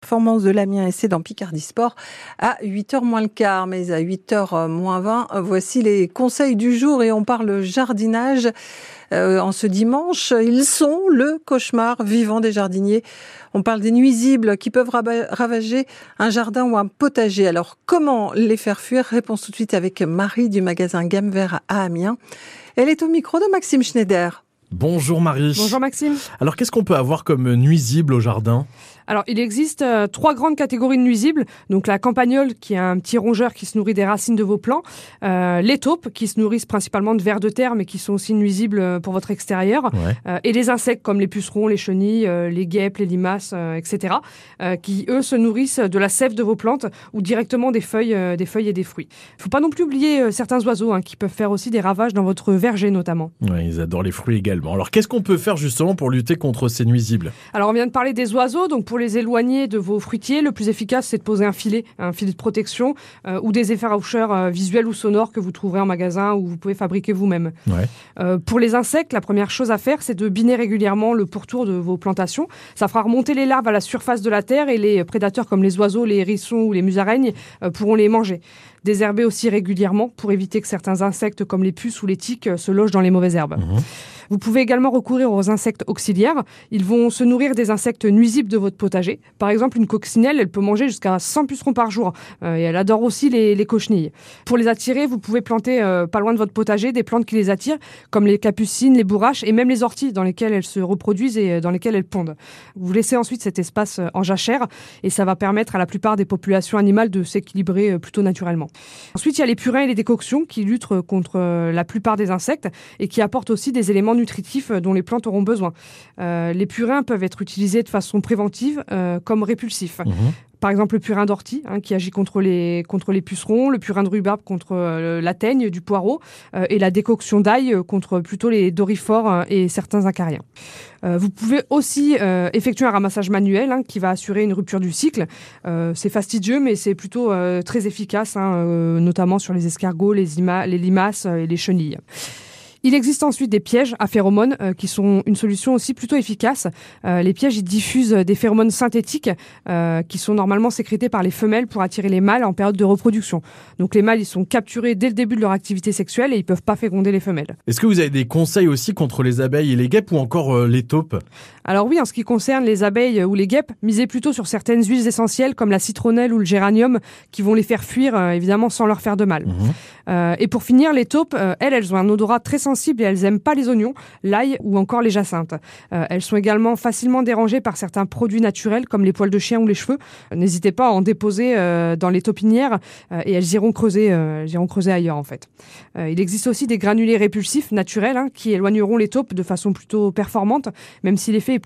performance de l'Amiens et c'est dans Picardie Sport à 8h moins le quart. Mais à 8h moins 20, voici les conseils du jour et on parle jardinage. En ce dimanche, ils sont le cauchemar vivant des jardiniers. On parle des nuisibles qui peuvent ravager un jardin ou un potager. Alors, comment les faire fuir ? Réponse tout de suite avec Marie du magasin Gamme Vert à Amiens. Elle est au micro de Maxime Schneider. Bonjour Marie. Bonjour Maxime. Alors, qu'est-ce qu'on peut avoir comme nuisible au jardin ? Alors, il existe 3 grandes catégories de nuisibles. Donc, la campagnole, qui est un petit rongeur qui se nourrit des racines de vos plants. Les taupes, qui se nourrissent principalement de vers de terre, mais qui sont aussi nuisibles pour votre extérieur. Ouais. Et les insectes, comme les pucerons, les chenilles, les guêpes, les limaces, etc., qui, eux, se nourrissent de la sève de vos plantes ou directement des feuilles et des fruits. Il ne faut pas non plus oublier certains oiseaux qui peuvent faire aussi des ravages dans votre verger, notamment. Ouais, ils adorent les fruits également. Alors, qu'est-ce qu'on peut faire justement pour lutter contre ces nuisibles ? Alors, on vient de parler des oiseaux, donc pour les éloigner de vos fruitiers, le plus efficace, c'est de poser un filet de protection ou des effaroucheurs visuels ou sonores que vous trouverez en magasin ou vous pouvez fabriquer vous-même. Ouais. Pour les insectes, la première chose à faire, c'est de biner régulièrement le pourtour de vos plantations. Ça fera remonter les larves à la surface de la terre et les prédateurs comme les oiseaux, les hérissons ou les musaraignes pourront les manger. Désherber aussi régulièrement pour éviter que certains insectes comme les puces ou les tiques se logent dans les mauvaises herbes. Vous pouvez également recourir aux insectes auxiliaires. Ils vont se nourrir des insectes nuisibles de votre potager. Par exemple, une coccinelle, elle peut manger jusqu'à 100 pucerons par jour. Et elle adore aussi les cochenilles. Pour les attirer, vous pouvez planter pas loin de votre potager des plantes qui les attirent, comme les capucines, les bourraches et même les orties dans lesquelles elles se reproduisent et dans lesquelles elles pondent. Vous laissez ensuite cet espace en jachère et ça va permettre à la plupart des populations animales de s'équilibrer plutôt naturellement. Ensuite, il y a les purins et les décoctions qui luttent contre la plupart des insectes et qui apportent aussi des éléments nutritifs dont les plantes auront besoin. Les purins peuvent être utilisés de façon préventive comme répulsifs. Par exemple, le purin d'ortie qui agit contre les pucerons, le purin de rhubarbe contre la teigne du poireau et la décoction d'ail contre plutôt les dorifores et certains acariens. Vous pouvez aussi effectuer un ramassage manuel qui va assurer une rupture du cycle. C'est fastidieux, mais c'est plutôt très efficace, notamment sur les escargots, les limaces et les chenilles. Il existe ensuite des pièges à phéromones qui sont une solution aussi plutôt efficace. Les pièges, ils diffusent des phéromones synthétiques qui sont normalement sécrétés par les femelles pour attirer les mâles en période de reproduction. Donc les mâles, ils sont capturés dès le début de leur activité sexuelle et ils peuvent pas féconder les femelles. Est-ce que vous avez des conseils aussi contre les abeilles et les guêpes ou encore les taupes ? Alors oui, en ce qui concerne les abeilles ou les guêpes, misez plutôt sur certaines huiles essentielles comme la citronnelle ou le géranium qui vont les faire fuir, évidemment sans leur faire de mal. Et pour finir, les taupes, elles ont un odorat très sensible et elles aiment pas les oignons, l'ail ou encore les jacinthes. Elles sont également facilement dérangées par certains produits naturels comme les poils de chien ou les cheveux. N'hésitez pas à en déposer dans les taupinières et elles iront creuser ailleurs en fait. Il existe aussi des granulés répulsifs naturels qui éloigneront les taupes de façon plutôt performante, même si l'effet est